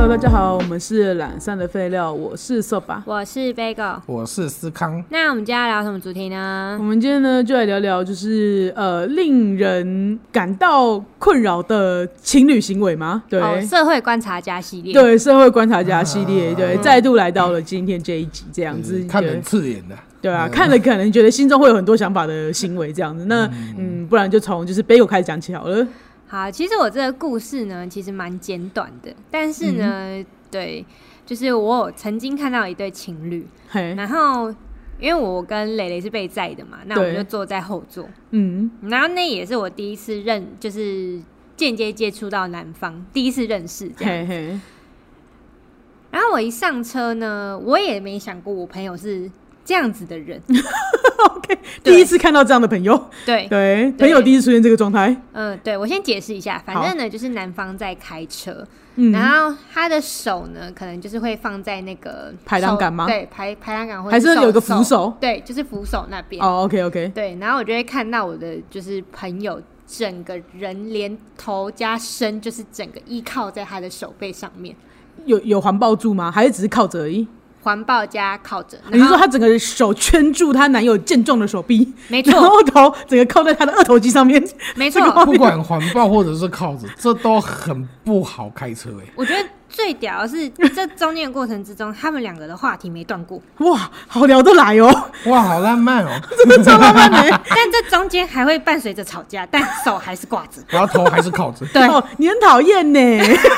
Hello， 大家好，我们是懒散的废料，我是 Soba， 我是 Bagel， 我是思康。 那我们今天要聊什么主题呢？ 我们今天呢就来聊聊，就是令人感到困扰的情侣行为吗？对， 社会观察家系列， 对，社会观察家系列，对，再度来到了今天这一集，这样子， 看得很刺眼的。 对啊，看了可能觉得心中会有很多想法的行为，这样子。那不然就从就是 Bagel 开始讲起好了。 好，其实我这个故事呢，其实蛮简短的，但是呢，对，就是我有曾经看到一对情侣，然后因为我跟蕾蕾是被载的嘛，那我们就坐在后座，然后那也是我第一次就是间接接触到男方，第一次认识这样子。然后我一上车呢，我也没想过我朋友是这样子的人 OK， 第一次看到这样的朋友，对，朋友第一次出现这个状态。 对，我先解释一下，反正呢就是男方在开车，然后他的手呢可能就是会放在那个排档杆吗？ 对，排档杆或者还是有一个扶手？ 对，就是扶手那边。 OK， 对，然后我就会看到我的就是朋友整个人连头加身，就是整个依靠在他的手背上面。 有环抱住吗？还是只是靠着而已？ 环抱加靠着。 你是说她整个手圈住她男友健壮的手臂， 没错， 然后头整个靠在他的二头肌上面， 没错。 不管环抱或者是靠着，这都很不好开车我觉得最屌的是这中间的过程之中，他们两个的话题没断过。 哇，好聊得来哦！ 哇，好浪漫哦， 真的超浪漫的。 但这中间还会伴随着吵架，但手还是挂着， 然后头还是靠着。 对， 你很讨厌呢，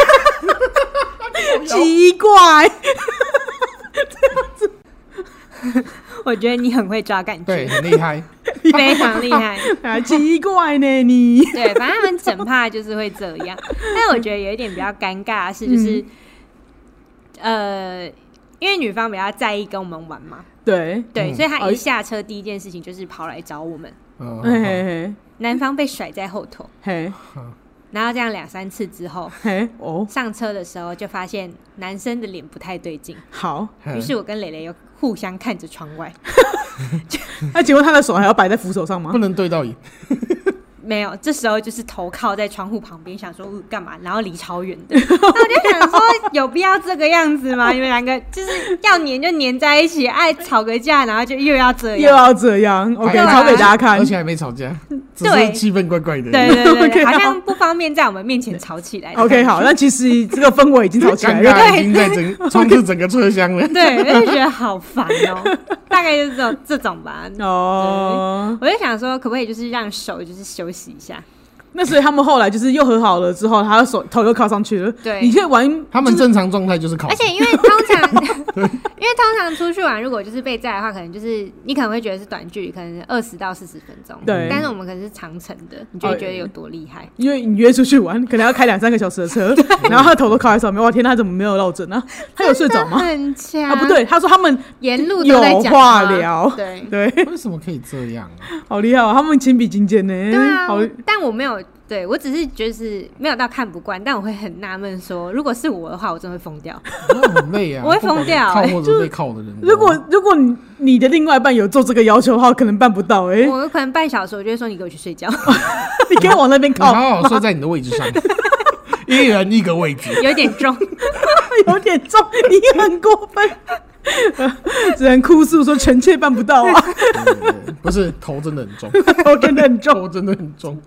奇怪。这样子。 我觉得你很会抓感觉， 对，很厉害， 非常厉害。 奇怪呢，你对，反正他们整趴就是会这样。但我觉得有一点比较尴尬的是，就是、因为女方比较在意跟我们玩嘛， 对， 所以他一下车第一件事情就是跑来找我们。男方被甩在后头，然后这样2-3次之后，上车的时候就发现男生的脸不太对劲。 好， 于是我跟蕾蕾又互相看着窗外。 那请问他的手还要摆在扶手上吗？ 不能对到眼。 没有，这时候就是头靠在窗户旁边，想说干嘛，然后离超远的。那我就想说，有必要这个样子吗？你们两个就是要黏就黏在一起，爱吵个架，然后就又要这样 ，OK， 吵给大家看， 而且还没吵架，只是气氛怪怪的。 对，好像不方便在我们面前吵起来。 OK， 好，那其实这个氛围已经吵起来了， 已经在充斥整个车厢了。 对，我就觉得好烦哦，大概就是这种吧。我就想说，可不可以就是让手就是休息一下？ 那所以他们后来就是又和好了之后，他的头又靠上去了。 对， 你可以玩。 他们正常状态就是靠。 而且因为通常出去玩，如果就是被载的话，可能就是你可能会觉得是短距离，可能20到40分钟。 对。 但是我们可能是长程的，你就会觉得有多厉害。 因为你约出去玩，可能要开2-3个小时的车，然后他的头都靠在上面。哇天，他怎么没有落枕啊？他有睡着吗？ 很强啊，不对，他说他们沿路都在讲话聊。 对。 为什么可以这样啊？ 好厉害哦，他们情比金坚呢。 对啊，但我没有。对，我只是就是没有到看不惯，但我会很纳闷说，如果是我的话，我真的会疯掉。 很累啊， 我会疯掉。 靠或者被靠的人， 如果你的另外一半有做这个要求的话，可能办不到。 我可能半小时，我就会说你给我去睡觉。 你可以往那边靠， 好好睡在你的位置上，一人一个位置， 有点重， 有点重，你很过分。只能哭诉说臣妾办不到啊。 不是，头真的很重， 头真的很重， 头真的很重。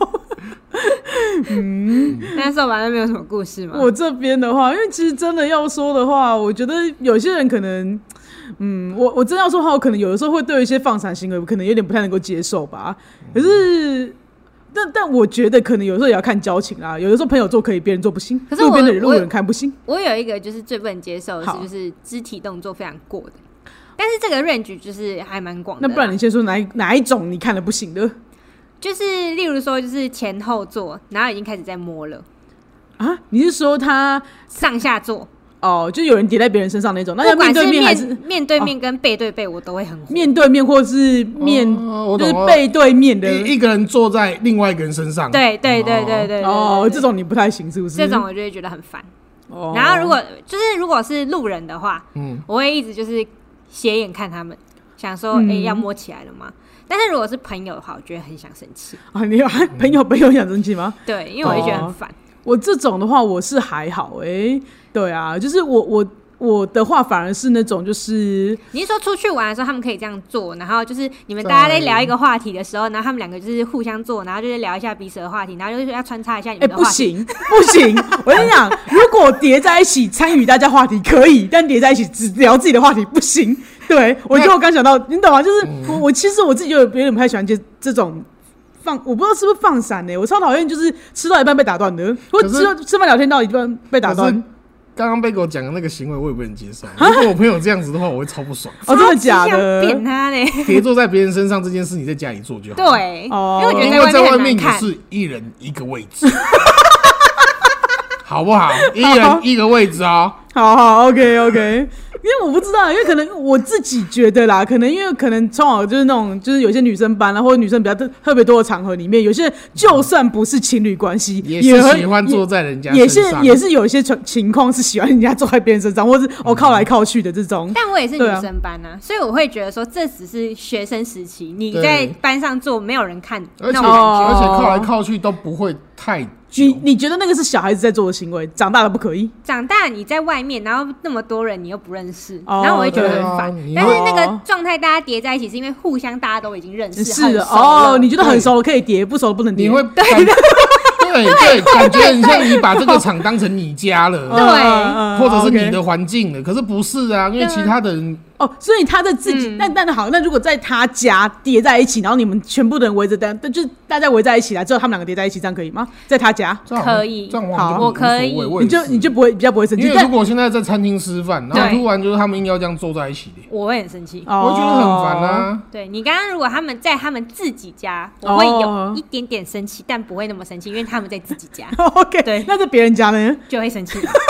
那时候完全没有什么故事吗？ 我这边的话，因为其实真的要说的话，我觉得有些人可能，我真要说的话，我可能有的时候会对一些放闪行为，可能有点不太能够接受吧。可是。但我觉得可能有时候也要看交情啦，有的时候朋友做可以，别人做不行。可是路边的人路人看不行。 我有一个就是最不能接受的是，就是肢体动作非常过的，但是这个 range 就是还蛮广的。 那不然你先说哪一种你看了不行的？ 就是例如说，就是前后座，然后已经开始在摸了啊？你是说他上下座？ 就有人叠在别人身上那种，那要面对面还是面对面跟背对背，我都会很火。 面对面或是就是背对面的， 一个人坐在另外一个人身上。 对。 这种你不太行是不是？ 这种我就会觉得很烦。然后如果是路人的话，我会一直就是斜眼看他们，想说要摸起来了吗？但是如果是朋友的话，我觉得很想生气。 你有朋友想生气吗？ 对，因为我就觉得很烦。 我这种的话我是还好对啊，就是我的话反而是那种就是你是说出去玩的时候他们可以这样做，然后就是你们大家在聊一个话题的时候，然后他们两个就是互相做，然后就是聊一下彼此的话题，然后就是要穿插一下你们的话题。 不行，我跟你讲，如果叠在一起参与大家话题可以，但叠在一起只聊自己的话题不行。对，我刚想到，你懂吗？就是我其实我自己就有点不太喜欢这种。我不知道是不是放闪我超讨厌就是吃到一半被打断的，或吃饭聊天到一半被打断。 刚刚贝狗讲的那个行为我也不能接受，如果我朋友这样子的话我会超不爽。 真的假的？ 扁他嘞！ 叠坐在别人身上这件事你在家里做就好。 对，因为在外面也是一人一个位置好不好？一人一个位置哦。 好 OK， 因为我不知道，因为可能我自己觉得啦，可能因为可能从小就是那种就是有些女生班或者女生比较特别多的场合里面，有些就算不是情侣关系， 也是喜欢坐在人家身上， 也是有一些情况是喜欢人家坐在别人身上，或是靠来靠去的这种。 但我也是女生班啊，所以我会觉得说这只是学生时期，你在班上坐没有人看那种感觉， 而且靠来靠去都不会太。 你觉得那个是小孩子在做的行为，长大了不可以？ 长大你在外面，然后那么多人你又不认识，然后我会觉得很烦。但是那个状态大家叠在一起，是因为互相大家都已经认识， 是的你觉得很熟了可以叠，不熟了不能叠。 你会对，感觉很像你把这个场当成你家了， 对， 或者是你的环境了。可是不是啊，因为其他的人。 所以他在自己，但好，那如果在他家叠在一起，然后你们全部的人围着就是大家围在一起来，之后他们两个叠在一起，这样可以吗？在他家可以， 好， 我可以， 你就比较不会生气。 因为如果现在在餐厅吃饭，然后突然就是他们硬要这样坐在一起的， 我会很生气， 我觉得很烦啊。 对，你刚刚如果他们在他们自己家，我会有一点点生气，但不会那么生气，因为他们在自己家。 OK， 对，那在别人家呢就会生气了。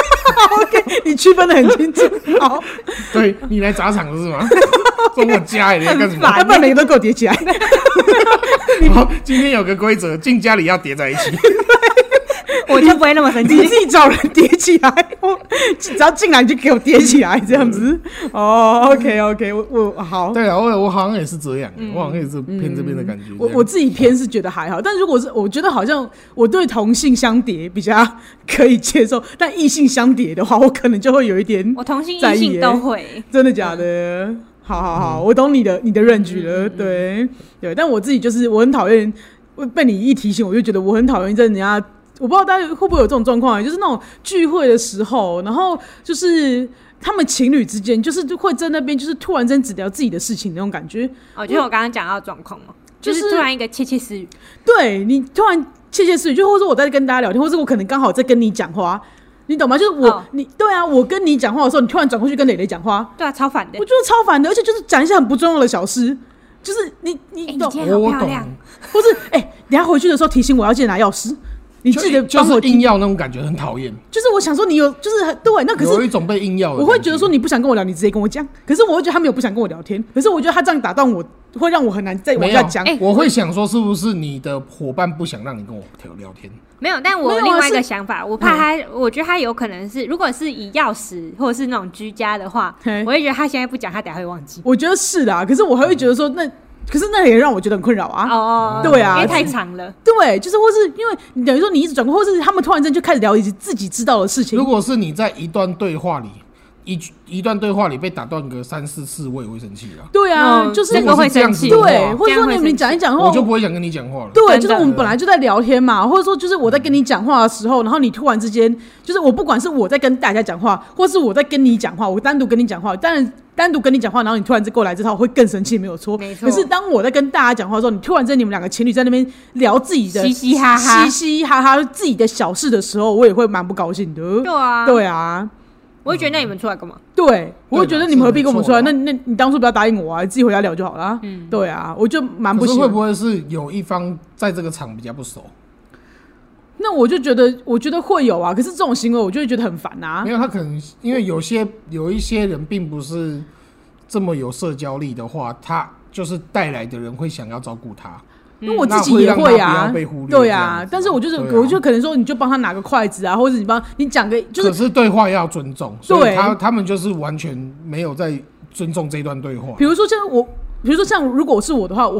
OK， 你区分得很清楚。好， 对你来砸场的是吗？从我家里在干什么？ 要不然每个都给我叠起来。 好，今天有个规则，进家里要叠在一起。 我就不会那么生气。 你自己找人叠起来，只要进来就给我叠起来，这样子。OK， 我好。 对啊，我好像也是这样，我好像也是偏这边的感觉。 我自己偏是觉得还好，但如果是我觉得好像我对同性相叠比较可以接受，但异性相叠的话，我可能就会有一点。 我同性异性都会。 真的假的？好，我懂你的range了，对，但我自己就是我很讨厌被你一提醒，我就觉得我很讨厌在人家，我不知道大家会不会有这种状况，就是那种聚会的时候，然后就是他们情侣之间，就是会在那边就是突然间只聊自己的事情那种感觉。 就是我刚刚讲到的状况嘛，就是突然一个窃窃私语， 对你突然窃窃私语，就或者我在跟大家聊天，或者我可能刚好在跟你讲话。你懂吗？就是对啊，我跟你讲话的时候，你突然转过去跟蕾蕾讲话， 对啊，超烦的。 我觉得超烦的，而且就是讲一些很不重要的小事，就是你懂， 今天好漂亮， 或是等一下回去的时候提醒我要记得拿钥匙，你记得就是硬要那种感觉很讨厌。 就是我想说你有，就是对，那可是有一种被硬要的， 我会觉得说你不想跟我聊，你直接跟我讲。可是我会觉得他没有不想跟我聊天，可是我觉得他这样打断我，会让我很难再往下讲。 我会想说是不是你的伙伴不想让你跟我聊天？ 没有，但我有另外一个想法，我怕他，我觉得他有可能是，如果是以钥匙或者是那种居家的话，我会觉得他现在不讲，他等下会忘记。 我觉得是啦，可是我还会觉得说可是那也让我觉得很困扰啊。对啊， 因为太长了。 对，就是或是因为你等于说你一直转过，或是他们突然间就开始聊自己知道的事情。 如果是你在一段对话里。一段对话里被打断个3、4次，我也会生气啊。 对啊，就是这个会生气。 对，或者说你讲一讲话， 我就不会想跟你讲话了。 对，就是我们本来就在聊天嘛，或者说就是我在跟你讲话的时候，然后你突然之间，就是我不管是我在跟大家讲话，或是我在跟你讲话，我单独跟你讲话，当然单独跟你讲话，然后你突然之间过来这套，我会更生气，没有错。 没错。 可是当我在跟大家讲话的时候，你突然之间你们两个情侣在那边聊自己的嘻嘻哈哈自己的小事的时候，我也会蛮不高兴的。对啊。 我会觉得那你们出来干嘛？ 对，我会觉得你们何必跟我们出来？那你当初不要答应我啊，自己回家聊就好了。对啊，我就蛮不喜欢。 可是会不会是有一方在这个场比较不熟？ 那我就觉得，我觉得会有啊。可是这种行为，我就会觉得很烦啊。 没有，他可能因为有一些人并不是这么有社交力的话，他就是带来的人会想要照顾他。 因为我自己也会啊，对啊，但是我就可能说，你就帮他拿个筷子啊，或者你讲个，就是可是对话要尊重，所以他们就是完全没有在尊重这段对话。 比如说像如果是我的话，我会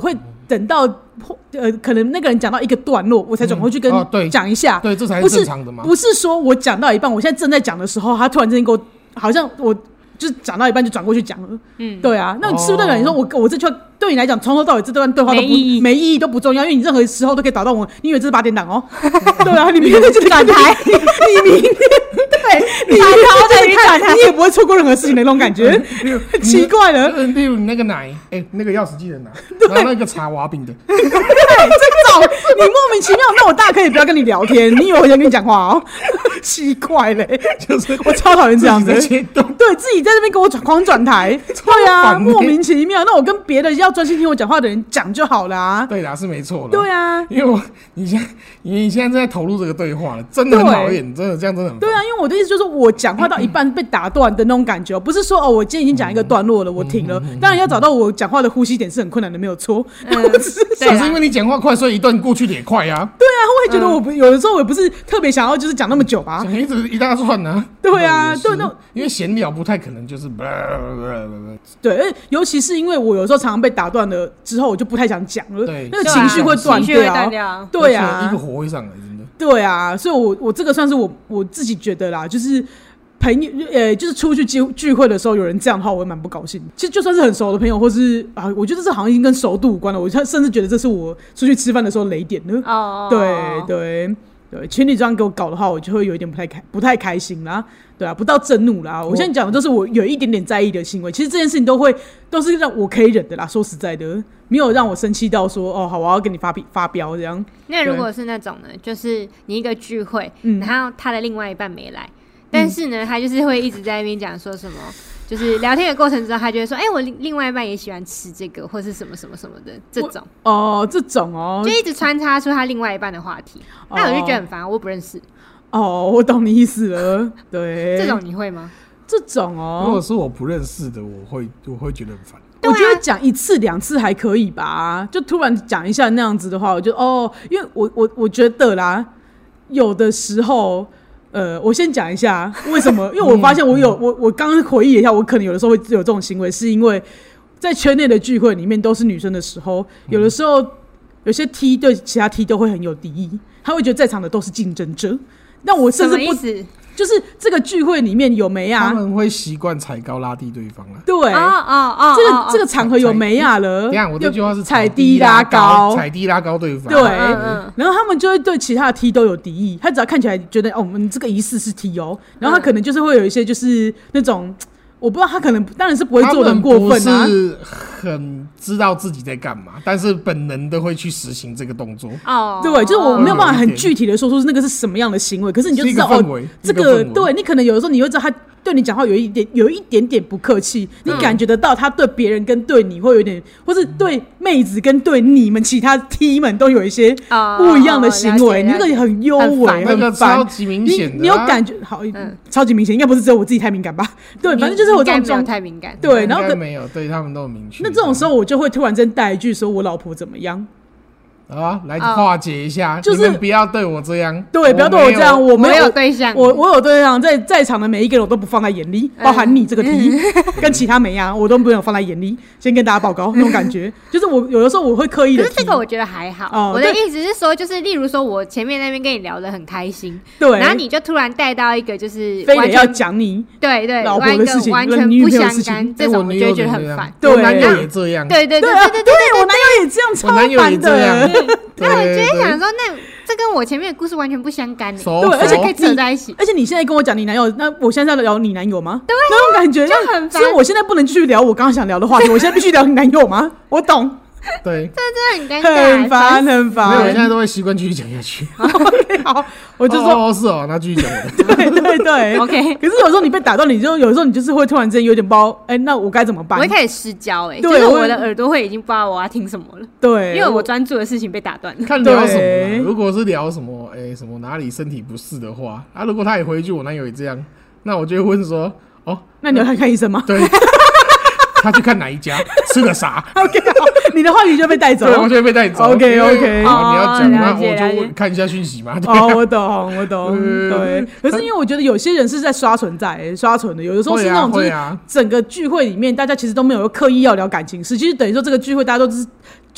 等到可能那个人讲到一个段落，我才转过去跟讲一下。 对，这才是正常的嘛。 不是说我讲到一半，我现在正在讲的时候，他突然之间给我，好像我就是讲到一半就转过去讲了。对啊，那你是不是代表你说我这句话对你来讲从头到尾这段对话都没意义都不重要，因为你任何时候都可以打到我，你以为这是8点档哦？对啊，你明天就转台，你明天对，你转台，你也不会错过任何事情的那种感觉，奇怪了。 例如你那个奶，那个钥匙记得拿，然后那个茶瓦饼的， 对，这种你莫名其妙，那我大可以不要跟你聊天，你以为我想跟你讲话哦？奇怪嘞， 就是我超讨厌这样子， 对自己在这边给我狂转台，对啊，莫名其妙。那我跟别的要专心听我讲话的人讲就好啦。 对啦，是没错的。 对啊， 因为你现在正在投入这个对话了，真的很讨厌，真的这样真的很烦。 对啊，因为我的意思就是我讲话到一半被打断的那种感觉，不是说我今天已经讲一个段落了，我停了。当然要找到我讲话的呼吸点是很困难的，没有错。 可是因为你讲话快，所以一段过去的也快啊。 对啊，我也觉得有的时候我也不是特别想要就是讲那么久吧， 讲一大串呢。 对啊，对，那因为闲聊不太可能就是。 对，尤其是因为我有时候常常被打断了之后，我就不太想讲了， 对， 那个情绪会断掉，对啊， 一个火会上来，真的。 对啊，所以我这个算是我自己觉得啦，就是朋友，就是出去聚会的时候有人这样的话，我也蛮不高兴。其实就算是很熟的朋友，或是我觉得这好像已经跟熟度无关了。我甚至觉得这是我出去吃饭的时候雷点了。对，情侣这样给我搞的话，我就会有一点不太开心啦。对啊，不到震怒啦。我现在讲的都是我有一点点在意的行为。其实这件事情都是让我可以忍的啦。说实在的，没有让我生气到说好，我要跟你发飙这样。 那如果是那种呢，就是你一个聚会，然后他的另外一半没来，但是呢，他就是会一直在那边讲说什么。就是聊天的过程中，他就会说：“我另外一半也喜欢吃这个，或是什么什么什么的这种。” 这种就一直穿插出他另外一半的话题，那我就觉得很烦，我不认识。 我懂你意思了。对， 这种你会吗？ 这种如果是我不认识的，我会觉得很烦。 我觉得讲1次2次还可以吧，就突然讲一下那样子的话，我就因为我觉得啦，有的时候。我先讲一下为什么，因为我发现我刚刚回忆一下，我可能有的时候会有这种行为，是因为在圈内的聚会里面都是女生的时候，有的时候有些 T 对其他 T 都会很有敌意，他会觉得在场的都是竞争者，但我甚至不。就是这个聚会里面有梅啊， 他们会习惯踩高拉低对方啊。 对，这个场合有梅啊了。 等一下，我这句话是踩低拉高， 踩低拉高对方。 对，然后他们就会对其他的 T 都有敌意。他只要看起来觉得我们这个仪式是 T 然后他可能就是会有一些就是那种。我不知道他可能当然是不会做得很过分啊， 他们不是很知道自己在干嘛，但是本能的会去实行这个动作。 对，就是我没有办法很具体的说出那个是什么样的行为，可是你就知道这个对你可能有的时候你会知道他对你讲话有一点点不客气，你感觉得到他对别人跟对你会有点，或是对妹子跟对你们其他 T 们都有一些不一样的行为，你那个很幽微， 那个超级明显的， 你有感觉好，超级明显，应该不是只有我自己太敏感吧？对，反正就是我这种状太敏感， 对，然后没有，对他们都很明确。 那这种时候我就会突然间带一句说我老婆怎么样。 来化解一下， 就是你们不要对我这样， 对，不要对我这样，我没有对象， 我有对象，在场的每一个人我都不放在眼里，包含你这个 T，跟其他没啊，我都没有放在眼里。先跟大家报告那种感觉，就是我有的时候我会刻意的。 可是这个我觉得还好，我的意思是说，就是例如说我前面那边跟你聊得很开心， 对， 然后你就突然带到一个就是非得要讲你对老婆的事情， 完全不相干，这种我就觉得很烦。 我男友也这样， 对，我男友也这样，超烦的。 那我就会想说，那这跟我前面的故事完全不相干的， 对，而且可以扯在一起。 而且你现在跟我讲你男友，那我现在在聊你男友吗？ 对， 那种感觉就很烦。 所以我现在不能继续聊我刚刚想聊的话题，我现在必须聊你男友吗？我懂。 对， 这真的很尴尬， 很烦。 没有，我现在都会习惯继续讲下去。 OK， 好，我就说是那继续讲我的。对 ，OK。 可是有时候你被打断，有时候你就是会突然之间有点不知道，那我该怎么办？ 我会开始失焦，就是我的耳朵会已经不知道我要听什么了。 对， 因为我专注的事情被打断了。 看聊什么？如果是聊什么，什么哪里身体不适的话，如果他也回一句我男友也这样，那我就会问说， 那你要看医生吗？ 对。他去看哪一家，吃了啥 ？OK， 好，你的话题就被带走， 对，我就会被带走。 OK， 你要讲，那我就看一下讯息嘛。 我懂。对，可是因为我觉得有些人是在刷存的，有的时候是那种就是整个聚会里面，大家其实都没有刻意要聊感情事，其实等于说这个聚会大家都是。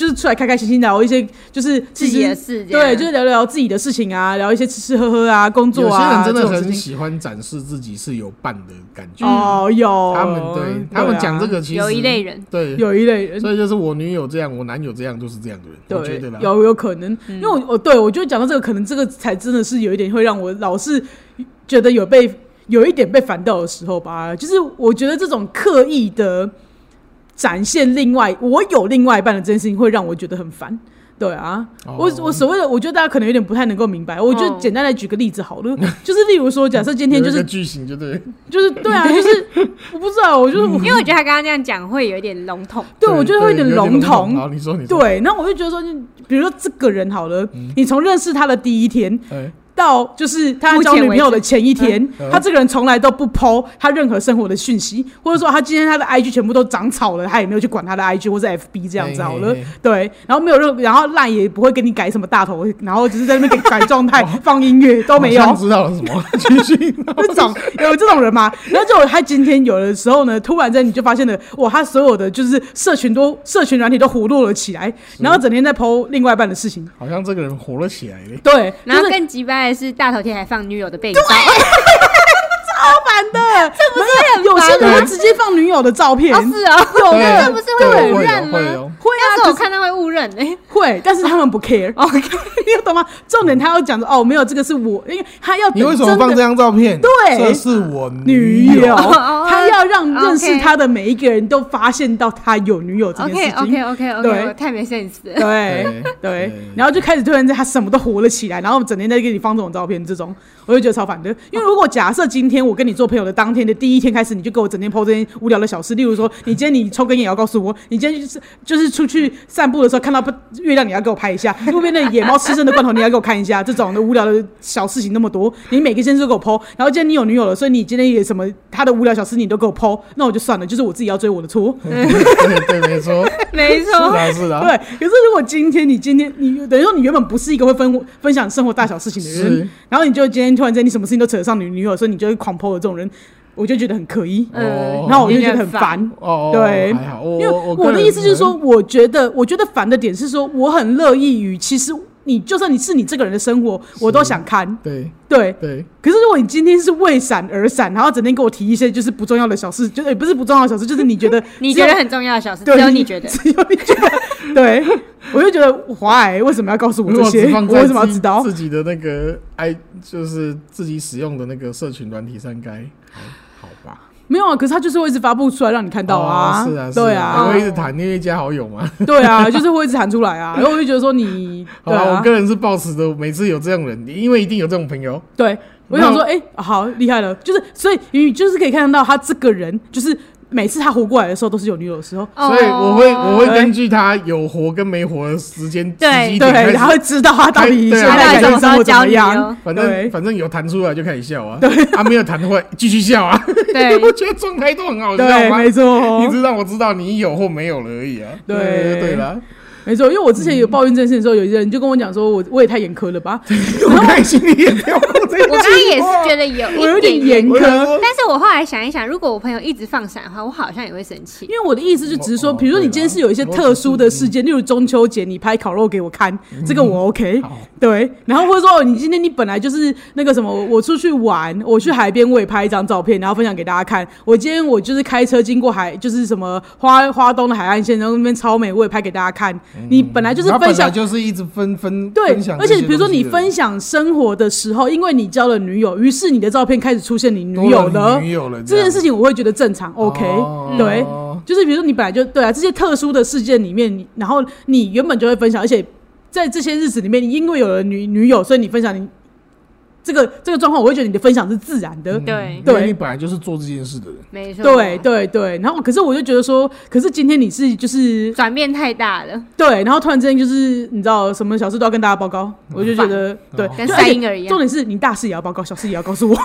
就是出来开开心心聊一些就是自己的事， 对，就是聊聊自己的事情啊，聊一些吃吃喝喝啊，工作啊。 有些人真的很喜欢展示自己是有伴的感觉。 有他们讲这个其实有一类人， 对， 有一类人， 所以就是我女友这样，我男友这样，就是这样的人。我觉得啦， 有可能，因为我觉得讲到这个，可能这个才真的是有一点会让我老是觉得有一点被烦到的时候吧。就是我觉得这种刻意的展现我有另外一半的这件事情，会让我觉得很烦。对啊，我所谓的，我觉得大家可能有点不太能够明白。我就简单来举个例子好了，就是例如说，假设今天就是句型，就对， 就是对啊，就是我不知道，因为我觉得他刚刚这样讲会有一点笼统。 对，我觉得会有点笼统。 好，你说。 对，然后我就觉得说，比如说这个人好了，你从认识他的第一天。到就是他交女朋友的前一天，他这个人从来都不 po 他任何生活的讯息，或者说他今天他的 IG 全部都长草了，他也没有去管他的 IG 或者 FB 这样子好了。对，然后没有然后 LINE 也不会给你改什么大头，然后只是在那边改状态、放音乐都没有。 知道了什么？ 有这种人吗？然后就他今天有的时候呢，突然间你就发现了，哇，他所有的就是社群软体都活络了起来，然后整天在 po 另外一半的事情， 好像这个人活了起来了。 对， 然后更鸡掰。是大头贴还放女友的背照， 超烦的，这不是很有些人会直接放女友的照片， 是啊， 有的这不是会误认吗？ 会啊， 要是我看到会误认会，但是他们不 care，OK， 你懂吗？重点他要讲说没有，这个是我，因为他要你为什么放这张照片？ 对， 这是我女友，他要让认识他的每一个人都发现到他有女友这件事情。 OK， 对，太没 sense 了。 对，然后就开始突然间他什么都活了起来，然后整天在给你放这种照片，这种我就觉得超烦的。因为如果假设今天我跟你做朋友的当天的第一天开始，你就给我整天 po 这些无聊的小事，例如说你今天你抽根烟也要告诉我，你今天就是出去散步的时候看到月亮你要给我拍一下，路边的野猫吃剩的罐头你要给我看一下，这种的无聊的小事情那么多，你每个件事都给我 po， 然后今天你有女友了，所以你今天也什么他的无聊小事你都给我 po， 那我就算了，就是我自己要追我的错。 对，没错，是的。 对，可是如果今天你等于说你原本不是一个会分享生活大小事情的人，然后你就今天突然间你什么事情都扯上女友，所以你就会狂 po 的这种人。我就觉得很刻意，然后我就觉得很烦。对，因为我的意思就是说，我觉得烦的点是说，我很乐意于其实你就算你是你这个人的生活，我都想看。对。可是如果你今天是为闪而闪，然后整天给我提一些就是不重要的小事，就也不是不重要的小事，就是你觉得很重要的小事，只有你觉得，对， 我就觉得为什么要告诉我这些？我为什么要知道自己的那个就是自己使用的那个社群软体上该好吧？ 没有啊，可是他就是会一直发布出来让你看到啊。 是啊， 对啊， 会一直弹，因为加好友嘛。 对啊，就是会一直弹出来啊。然后我就觉得说你， 好啦，我个人是抱持的，每次有这样人，因为一定有这种朋友。 对，我想说，好厉害了，就是所以你就是可以看到他这个人就是。每次他活过来的时候都是有女友的时候， 所以我会根据他有活跟没活的时间对，然后知道他到底现在生活怎么样。 反正有弹出来就开始笑啊，没有弹的话继续笑啊。 对， 我觉得状态都很好笑嘛，没错， 你只让我知道你有或没有了而已啊。对啦。 没错，因为我之前有抱怨这件事的时候，有些人就跟我讲说，我也太严苛了吧。 我刚心里也跳过这个， 我刚刚也是觉得有一点严苛， 但是我后来想一想，如果我朋友一直放闪的话，我好像也会生气。 因为我的意思就只是说，比如说你今天是有一些特殊的事件，例如中秋节你拍烤肉给我看，这个我 OK。对，然后或者说你今天你本来就是那个什么，我出去玩，我去海边我也拍一张照片，然后分享给大家看。我今天我就是开车经过就是什么花东的海岸线，然后那边超美，我也拍给大家看。你本来就是分享， 就是一直分享， 而且比如说你分享生活的时候，因为你交了女友，于是你的照片开始出现你女友了，这件事情我会觉得正常 ，OK，对，就是比如说你本来就对啊，这些特殊的事件里面，然后你原本就会分享，而且在这些日子里面，你因为有了女友，所以你分享你。这个状况，我会觉得你的分享是自然的， 对， 因为你本来就是做这件事的人， 没错， 对。然后，可是我就觉得说，可是今天你是就是转变太大了， 对。然后突然之间就是你知道什么小事都要跟大家报告，我就觉得对， 跟赛婴儿一样。 重点是你大事也要报告，小事也要告诉我，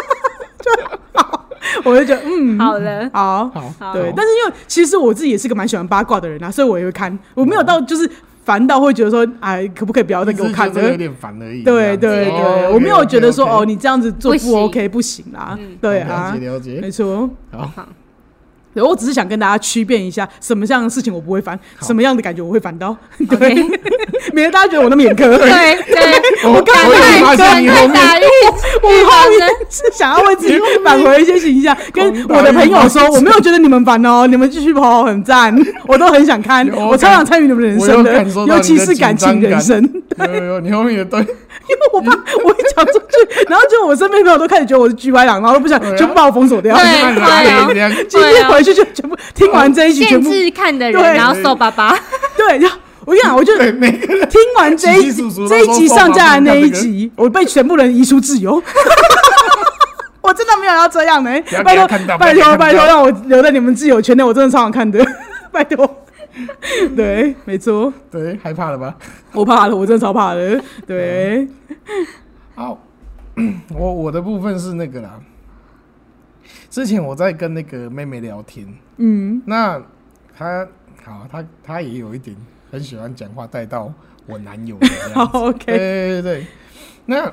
我就觉得好了， 好，对。但是因为其实我自己也是个蛮喜欢八卦的人啊，所以我也会看，我没有到就是。烦到会觉得说，可不可以不要再给我看？ 有点烦而已。 对，我没有觉得说，你这样子做不 OK 不行啦。对啊， 了解， 没错。 好。 对，我只是想跟大家区辨一下，什么样的事情我不会烦，什么样的感觉我会烦到，对，免得大家觉得我那么严苛。 对， 我刚才发现你后面， 我后面是想要为自己挽回一些形象，跟我的朋友说，我没有觉得你们烦哦，你们继续跑，很赞，我都很想看，我超想参与你们人生的，尤其是感情人生。 有，你后面也对。 因为我怕我一讲出去，然后就我身边朋友都开始觉得我是G歪郎，然后都不想全部把我封锁掉。 对， 今天回去就全部听完这一集，全部限制看的人，然后瘦巴巴。 对，我跟你讲，我就听完这一集上架的那一集，我被全部人移出自由。我真的没有要这样的，拜托，让我留在你们自由圈内，我真的超想看的，拜托。对，没错。 对，害怕了吧？ 我怕了，我真的超怕的。对， 好，我的部分是那个啦。之前我在跟那个妹妹聊天，那她也有一点很喜欢讲话带到我男友的这样子。 好 ，OK， 对，那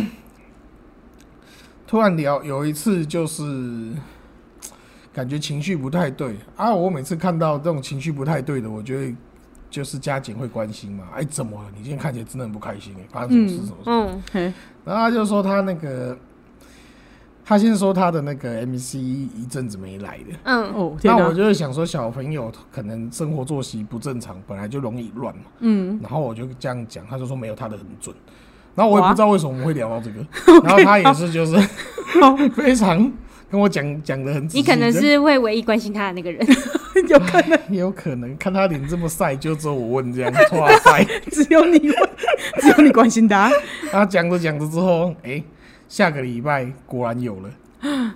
突然有一次就是感觉情绪不太对啊，我每次看到这种情绪不太对的，我觉得就是家姐会关心嘛，哎，怎么了？你今天看起来真的很不开心，发生什么事？什么事？然后他就说他那个，他先说他的那个 MC 一阵子没来的，那我就会想说小朋友可能生活作息不正常，本来就容易乱嘛，然后我就这样讲，他就说没有他的很准。然后我也不知道为什么我们会聊到这个，然后他也是就是非常跟我讲的很仔细。 你可能是会唯一关心他的那个人， 有可能， 也有可能看他脸这么晒，就只有我问这样，哇塞， 只有你问，只有你关心他。 然后讲着之后，下个礼拜果然有了。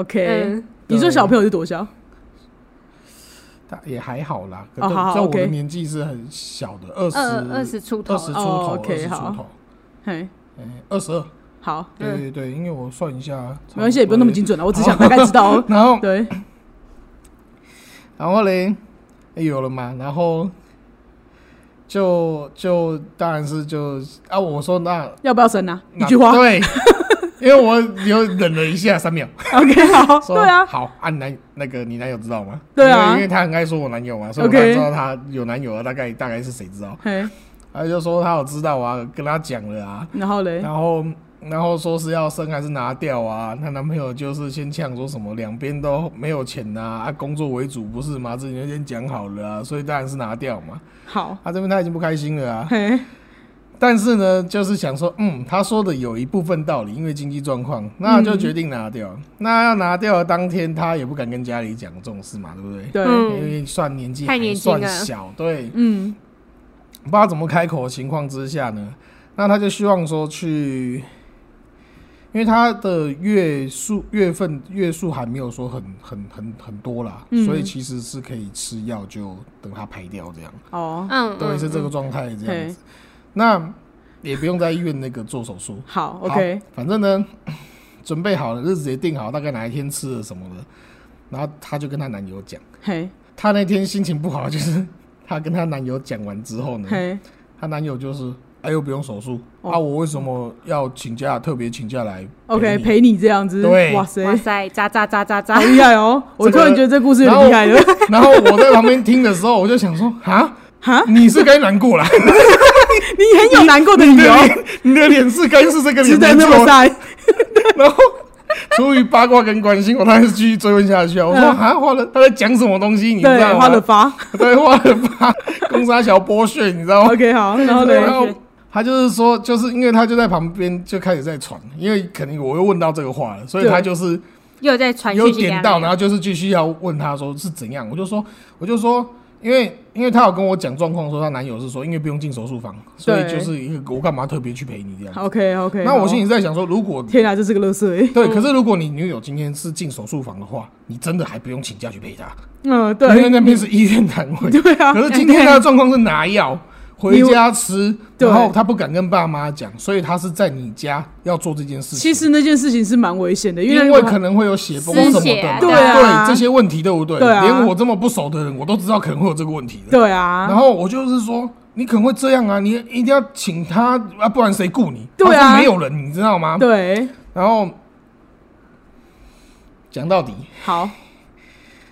OK，你说小朋友是多小？ 也还好啦，在我的年纪是很小的，20出头，20出头。22。 好， 对，因为我算一下， 没关系，也不用那么精准了，我只想大概知道。 然后对， 然后嘞，有了嘛，然后就当然是我说那要不要生啊？一句话， 对，因为我有忍了一下3秒。 OK， 好，对啊， 好，那个你男友知道吗？ 对啊， 因为他很爱说我男友嘛，所以我才知道他有男友了，大概是谁知道？他就说他有知道啊，跟他讲了啊， 然后嘞， 然后说是要生还是拿掉啊？她男朋友就是先呛说什么两边都没有钱啊，工作为主不是吗？之前就先讲好了啊，所以当然是拿掉嘛。 好， 这边他已经不开心了啊。但是呢，就是想说，他说的有一部分道理，因为经济状况，那就决定拿掉。那要拿掉的当天，他也不敢跟家里讲这种事嘛，对不对？ 对， 因为算年纪还算小，对，不知道怎么开口的情况之下呢，那他就希望说去，因为他的月数还没有说很多啦，所以其实是可以吃药就等他排掉这样。对，是这个状态这样子。那也不用在医院那个做手术。 好 ，OK， 反正呢，准备好了，日子也定好，大概哪一天吃了什么的，然后他就跟她男友讲。她那天心情不好，就是她跟她男友讲完之后呢，她男友就是又不用手术我为什么要特别请假来 ？OK， 陪你这样子。 对， 哇塞，渣， 好厉害哦！我突然觉得这故事有点厉害了。 然后我在旁边听的时候，我就想说，你是该难过啦。 你很有难过的理由， 你的脸是该是这个脸， 值得那么晒。 然后出于八卦跟关心，我当然是继续追问下去啊。我说他在讲什么东西？你知道吗？ 花了发， 对，花了发，公杀小剥削，你知道吗 ？OK， 好，然后他就是说，就是因为他就在旁边就开始在传，因为肯定我又问到这个话了，所以他就是又在传， 有点到，然后就是继续要问他说是怎样。我就说。因为她有跟我讲状况，说她男友是说，因为不用进手术房，所以就是我干嘛特别去陪你这样。 OK， 那我心里在想说，如果天啊，这是个垃圾。 对，可是如果你女友今天是进手术房的话，你真的还不用请假去陪她。 对， 因为那边是医院单位。 对啊。 可是今天她的状况是拿药回家吃，然后她不敢跟爸妈讲，所以她是在你家要做这件事情。 其实那件事情是蛮危险的，因为可能会有血崩什么的， 对啊， 这些问题对不对？ 对啊， 连我这么不熟的人，我都知道可能会有这个问题的。 对啊。 然后我就是说，你可能会这样啊，你一定要请他啊，不然谁顾你？ 对啊， 没有人，你知道吗？ 对。 然后讲到底， 好，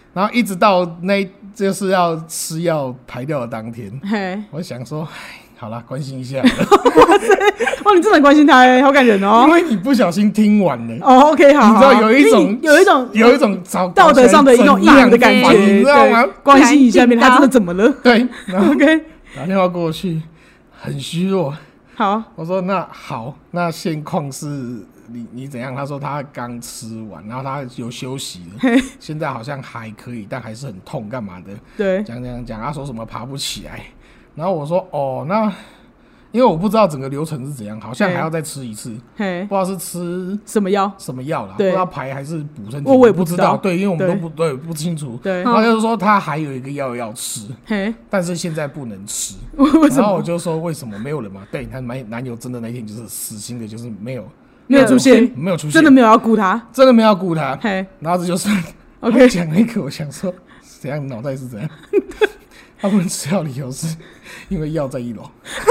然后一直到就是要吃药排掉的当天，我想说，好啦，关心一下。哇塞，哇，你真的很关心他好感人哦。 因为你不小心听完了。 哦 ，OK， 好， 你知道有一种道德上的一种义务的感觉， 你知道吗？ 关心一下，他真的怎么了？ 对，然后 OK， 打电话过去，很虚弱。 好， 我说那好，那现况是你怎样？他说他刚吃完，然后他有休息了，现在好像还可以，但还是很痛，干嘛的？ 对， 讲，他说什么爬不起来，然后我说哦，那因为我不知道整个流程是怎样，好像还要再吃一次，不知道是吃什么药啦，不知道排还是补身体， 我也不知道， 对，因为我们都不清楚， 对， 然后就是说他还有一个药要吃，但是现在不能吃，然后我就说为什么没有人嘛？对，他男友真的那天就是死心的，就是没有出现， 真的没有要顾他， 然后这就是OK 讲那个，我想说怎样脑袋是怎样，他不能吃药理由是因为药在1楼。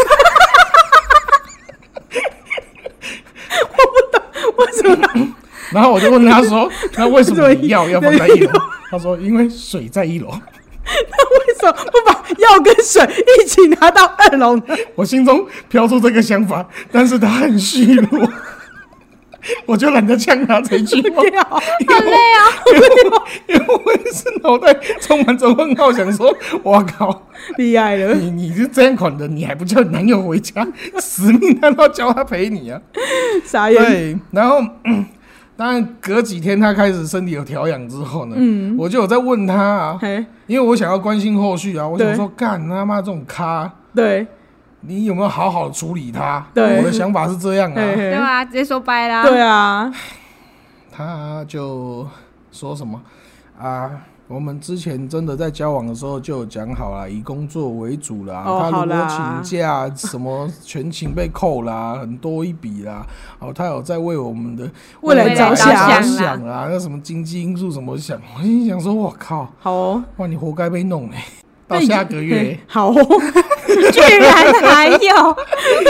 我不懂为什么。 然后我就问他说：“那为什么你药要放在1楼？”他说：“因为水在1楼。” 那为什么不把药跟水一起拿到2楼呢？ 我心中飘出这个想法，但是他很虚弱，我就懒得呛他这句话。 好累啊！ 因为我也是脑袋充满着问号，想说：“哇靠， 厉害了！ 你是这样款的，你还不叫你男友回家，死命难道叫他陪你啊？” 傻眼。 对，然后。当然，隔几天他开始身体有调养之后呢，我就有在问他啊，因为我想要关心后续啊，我想说，干他妈这种咖， 对， 你有没有好好的处理他？ 对， 我的想法是这样啊， 对啊，直接说掰啦， 对啊， 他就说什么啊？我们之前真的在交往的时候就有讲好啦，以工作为主啦。他如果请假，什么全勤被扣啦，很多一笔啦。他有在为我们的未来着想啦，那什么经济因素什么想，我心想说，我靠， 好哦， 哇，你活该被弄到下个月， 好哦， 居然还有，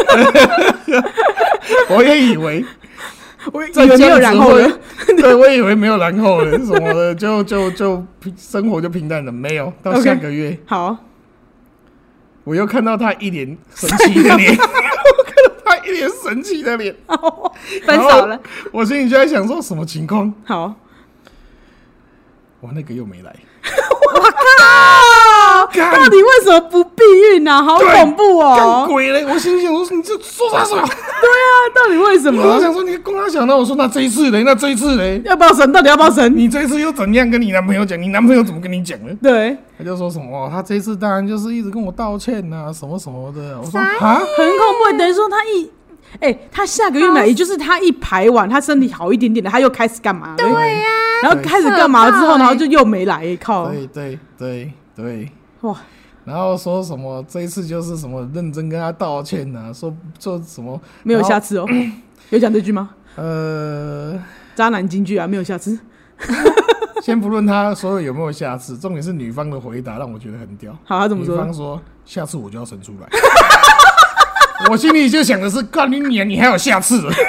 我也以为。 我以为没有然后了， 对，我以为没有然后了，什么的，就生活就平淡了，没有到下个月。 Okay, 好， 我又看到他一脸神奇的脸，我看到他一脸神奇的脸， 分手了。 我心里就在想说，什么情况？ 好， 我那个又没来。 我靠！到底为什么不避孕啊？好恐怖哦！ 干鬼嘞！我心想说，你这说啥什么？ 对啊，到底为什么？ 我想说，你跟他讲，那我说那这一次嘞， 要不要生？到底要不要生？ 你这一次又怎样跟你男朋友讲？你男朋友怎么跟你讲呢？ 对， 他就说什么，他这一次当然就是一直跟我道歉啊，什么什么的。我说啊， 很恐怖，等于说他下个月来，也就是他一排完，他身体好一点点的，他又开始干嘛？ 对呀， 然后开始干嘛之后，然后就又没来，靠！ 对， 哇！ 然后说什么这一次就是什么认真跟他道歉啊，说做什么没有下次哦？有讲这句吗？渣男金句啊，没有下次。 先不论他说有没有下次，重点是女方的回答让我觉得很屌。 好，他怎么说？ 女方说下次我就要生出来。我心里就想的是，干你还有下次了。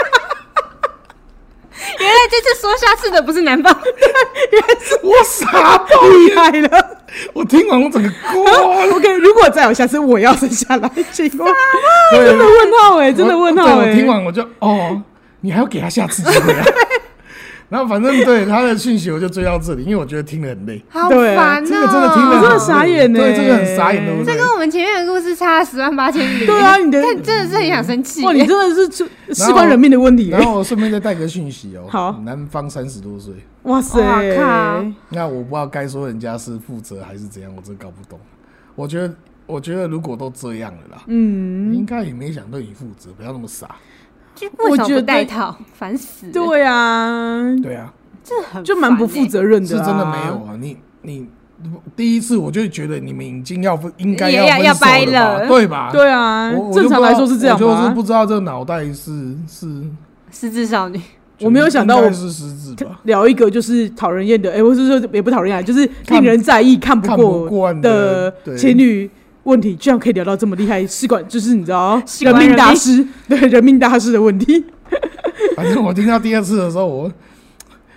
原来这次说下次的不是男方， 原来是我傻爆厉害了。 我听完我整个 OK， 如果再有下次，我要生下来，请问，真的问号真的问号我听完我就你还要给他下次机会啊。然后反正对他的讯息我就追到这里，因为我觉得听得很累， 好烦哦， 这个真的听得很累， 真的傻眼呢， 对，这个很傻眼，对不对？ 这跟我们前面的故事差108000里。 对啊，你真的是很想生气。 哇，你真的是事关人命的问题。 然后我顺便再带个讯息哦， 好， 男方30多岁， 哇塞， 那我不知道该说人家是负责还是怎样，我真搞不懂。我觉得如果都这样了啦，应该也没想对你负责，不要那么傻。 为什么不带套？烦死了。 对啊， 这很就蛮不负责任的， 是真的没有啊。你第一次我就觉得你们已经应该要分手了吧，对吧？ 对啊，正常来说是这样吧。 我就是不知道这个脑袋是失智少女。 我没有想到我是失智吧。 聊一个就是讨人厌的，我是说也不讨人厌，就是令人在意、看不过的情侣问题，居然可以聊到这么厉害，就是你知道人命大师，对人命大师的问题。 反正我听到第二次的时候，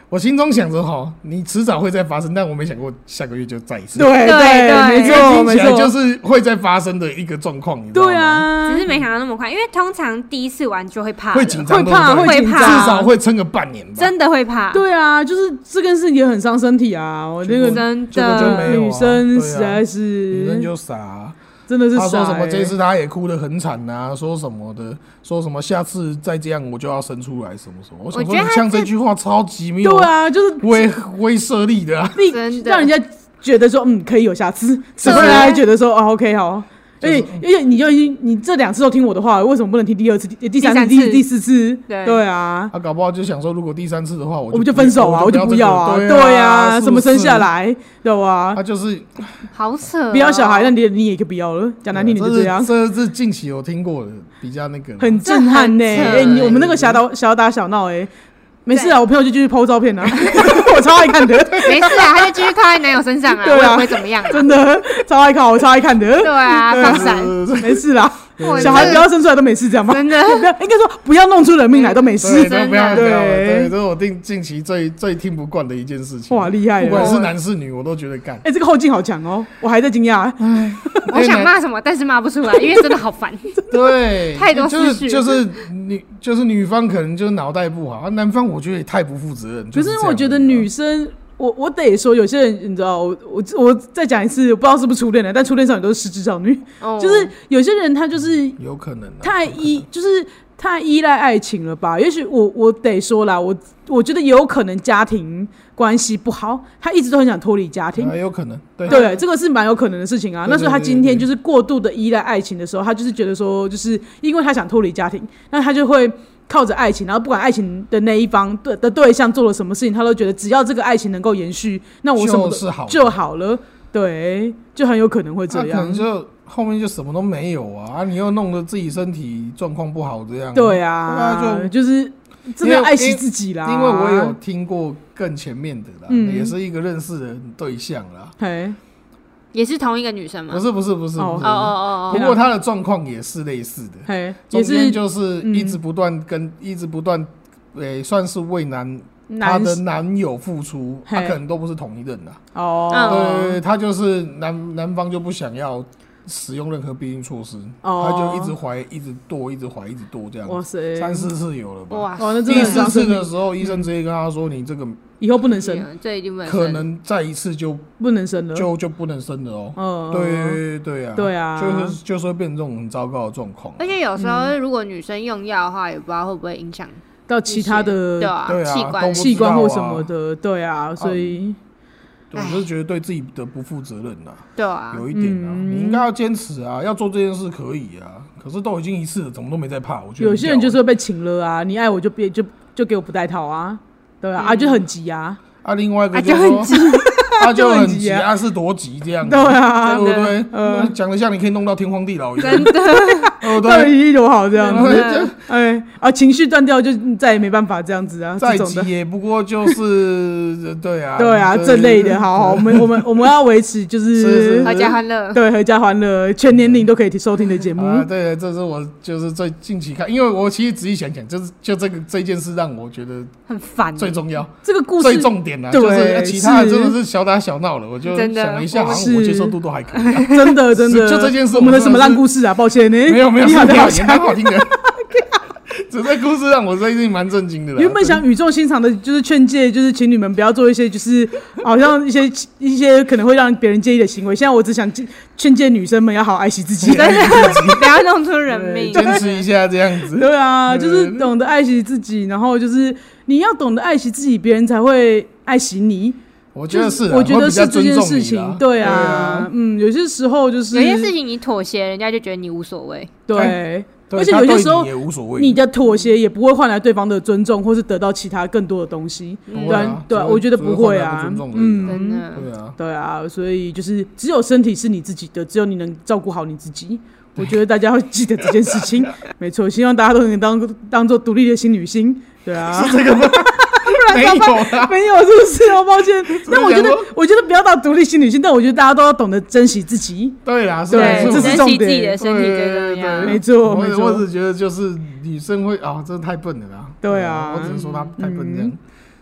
我心中想着你迟早会再发生，但我没想过下个月就再一次。 对，没错没错， 就是会再发生的一个状况，你知道吗？ 对啊， 只是没想到那么快，因为通常第一次玩就会怕， 会紧张， 会怕， 至少会撑个半年吧。 真的会怕。 对啊，就是这件事也很伤身体啊。我那个真的女生实在是女生就傻。 真的是他说什么这次他也哭得很惨啊，说什么的，说什么下次再这样我就要生出来什么什么。我想说你像这句话超级没有， 对啊，就是威慑力的啊， 真的让人家觉得说可以有下次，只会让他觉得说OK 好。而且你这2次都听我的话，为什么不能听第2次、第3次、第4次？对啊， 他搞不好就想说，如果第3次的话，我们就分手啊，我就不要啊，对啊，什么生下来，对吧？ 他就是好扯， 不要小孩，那你也可以不要了，讲难听你就这样。 这是近期有听过的，比较那个很震撼呢。我们那个小打小闹没事啊，我朋友就继续 po 照片啊，我超爱看的。 没事啊，他就继续靠在男友身上啊，我也不会怎么样。 真的超爱看，我超爱看的。 对啊，放闪， 没事啦。小孩不要生出来都没事，这样吗？ 真的， 应该说不要弄出人命来都没事。 不要，对，这是我近期最听不惯的一件事情。 哇，厉害！ 不管是男是女，我都觉得干。 这个后劲好强哦，我还在惊讶。 我想骂什么，但是骂不出来，因为真的好烦。 对， 太多思绪。 就是女方可能就是脑袋不好，男方我觉得也太不负责任。 可是我觉得女生。我得说，有些人你知道，我再讲一次，我不知道是不是初恋的，但初恋少女都是失智少女，就是有些人他就是有可能就是太依赖爱情了吧？也许我得说啦，我觉得有可能家庭关系不好，他一直都很想脱离家庭， 有可能， 对，这个是蛮有可能的事情啊。那时候他今天就是过度的依赖爱情的时候，他就是觉得说，就是因为他想脱离家庭，那他就会。靠着爱情，然后不管爱情的那一方的对象做了什么事情，他都觉得只要这个爱情能够延续，那我什么就好了。对，就很有可能会这样。 可能就后面就什么都没有啊！你又弄得自己身体状况不好，这样。 对啊，就是真的要爱惜自己啦。 因为我有听过更前面的啦，也是一个认识的对象啦。 也是同一个女生吗？ 不是。不过她的状况也是类似的，中间就是一直不断算是为她的男友付出，她可能都不是同一任啦。对，她就是男方就不想要使用任何避孕措施，她就一直怀，一直堕，一直怀，一直堕这样。哇塞，3、4次有了吧？哇，第4次的时候，医生直接跟她说：“你这个。” 以后不能生， 这一定不能生，可能再一次就不能生了， 就不能生了哦。对啊，就是会变成这种很糟糕的状况。 而且有时候如果女生用药的话，也不知道会不会影响到其他的器官或什么的。对啊，所以我是觉得对自己的不负责任啦。 对啊， 有一点啊，你应该要坚持啊，要做这件事可以啊。可是都已经1次了，怎么都没在怕？我觉得有些人就是会被请了啊，你爱我就给我不带套啊。对啊，就很急啊！ 另外一个就很急，就很急啊，是多急这样子，对啊， 对不对？讲得像你可以弄到天荒地老一样， 真的， 到底多好这样子，情绪断掉就再也没办法这样子啊， 再急也不过就是对啊， 这类的，好，我们要维持就是合家欢乐， 对，合家欢乐，全年龄都可以收听的节目。 对，这是我就是最近期看，因为我其实仔细想想，就这件事让我觉得很烦， 最重要， 这个故事最重点啊，就是其他的真的是小打小闹了，我就想了一下，好像我接受度都还可以， 真的，就这件事， 我们的什么烂故事啊？抱歉呢， 没有，也蛮好听的。这故事让我最近蛮震惊的啦。 原本想语重心长的，就是劝诫，就是情侣们不要做一些，就是好像一些可能会让别人介意的行为。现在我只想劝诫女生们要好爱惜自己， 不要弄出人命， 坚持一下这样子。 对啊，就是懂得爱惜自己，然后就是你要懂得爱惜自己，别人才会爱惜你。 我觉得是， 我觉得是这件事情，对啊，有些时候就是有些事情你妥协，人家就觉得你无所谓， 对。而且有些时候，你的妥协也不会换来对方的尊重，或是得到其他更多的东西。对，我觉得不会啊。对啊，所以就是只有身体是你自己的，只有你能照顾好你自己。我觉得大家要记得这件事情。没错，希望大家都能当做独立的新女性。对啊， 是这个吗？没有， 是不是？我抱歉。但我觉得不要到独立新女性，但我觉得大家都要懂得珍惜自己。 对啦， 对， 这是重点。 珍惜自己的身体最重要。 没错。 我只觉得就是女生会这太笨了啦。 对啊， 我只能说她太笨这样。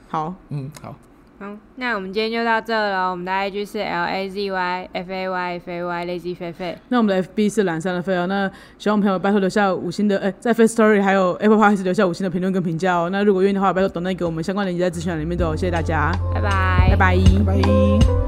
好， 好。 好，那我们今天就到这了。我们的 IG 是 LAZYFAYFAY Lazy 菲菲。 那我们的 FB 是懒散的菲哦。那喜欢朋友拜托留下5星的，在 Firstory 还有 Apple Podcast 留下5星的评论跟评价哦。那如果愿意的话，拜托donate给我们相关的链接在资讯栏里面都有。谢谢大家， 拜拜， 拜拜，拜拜。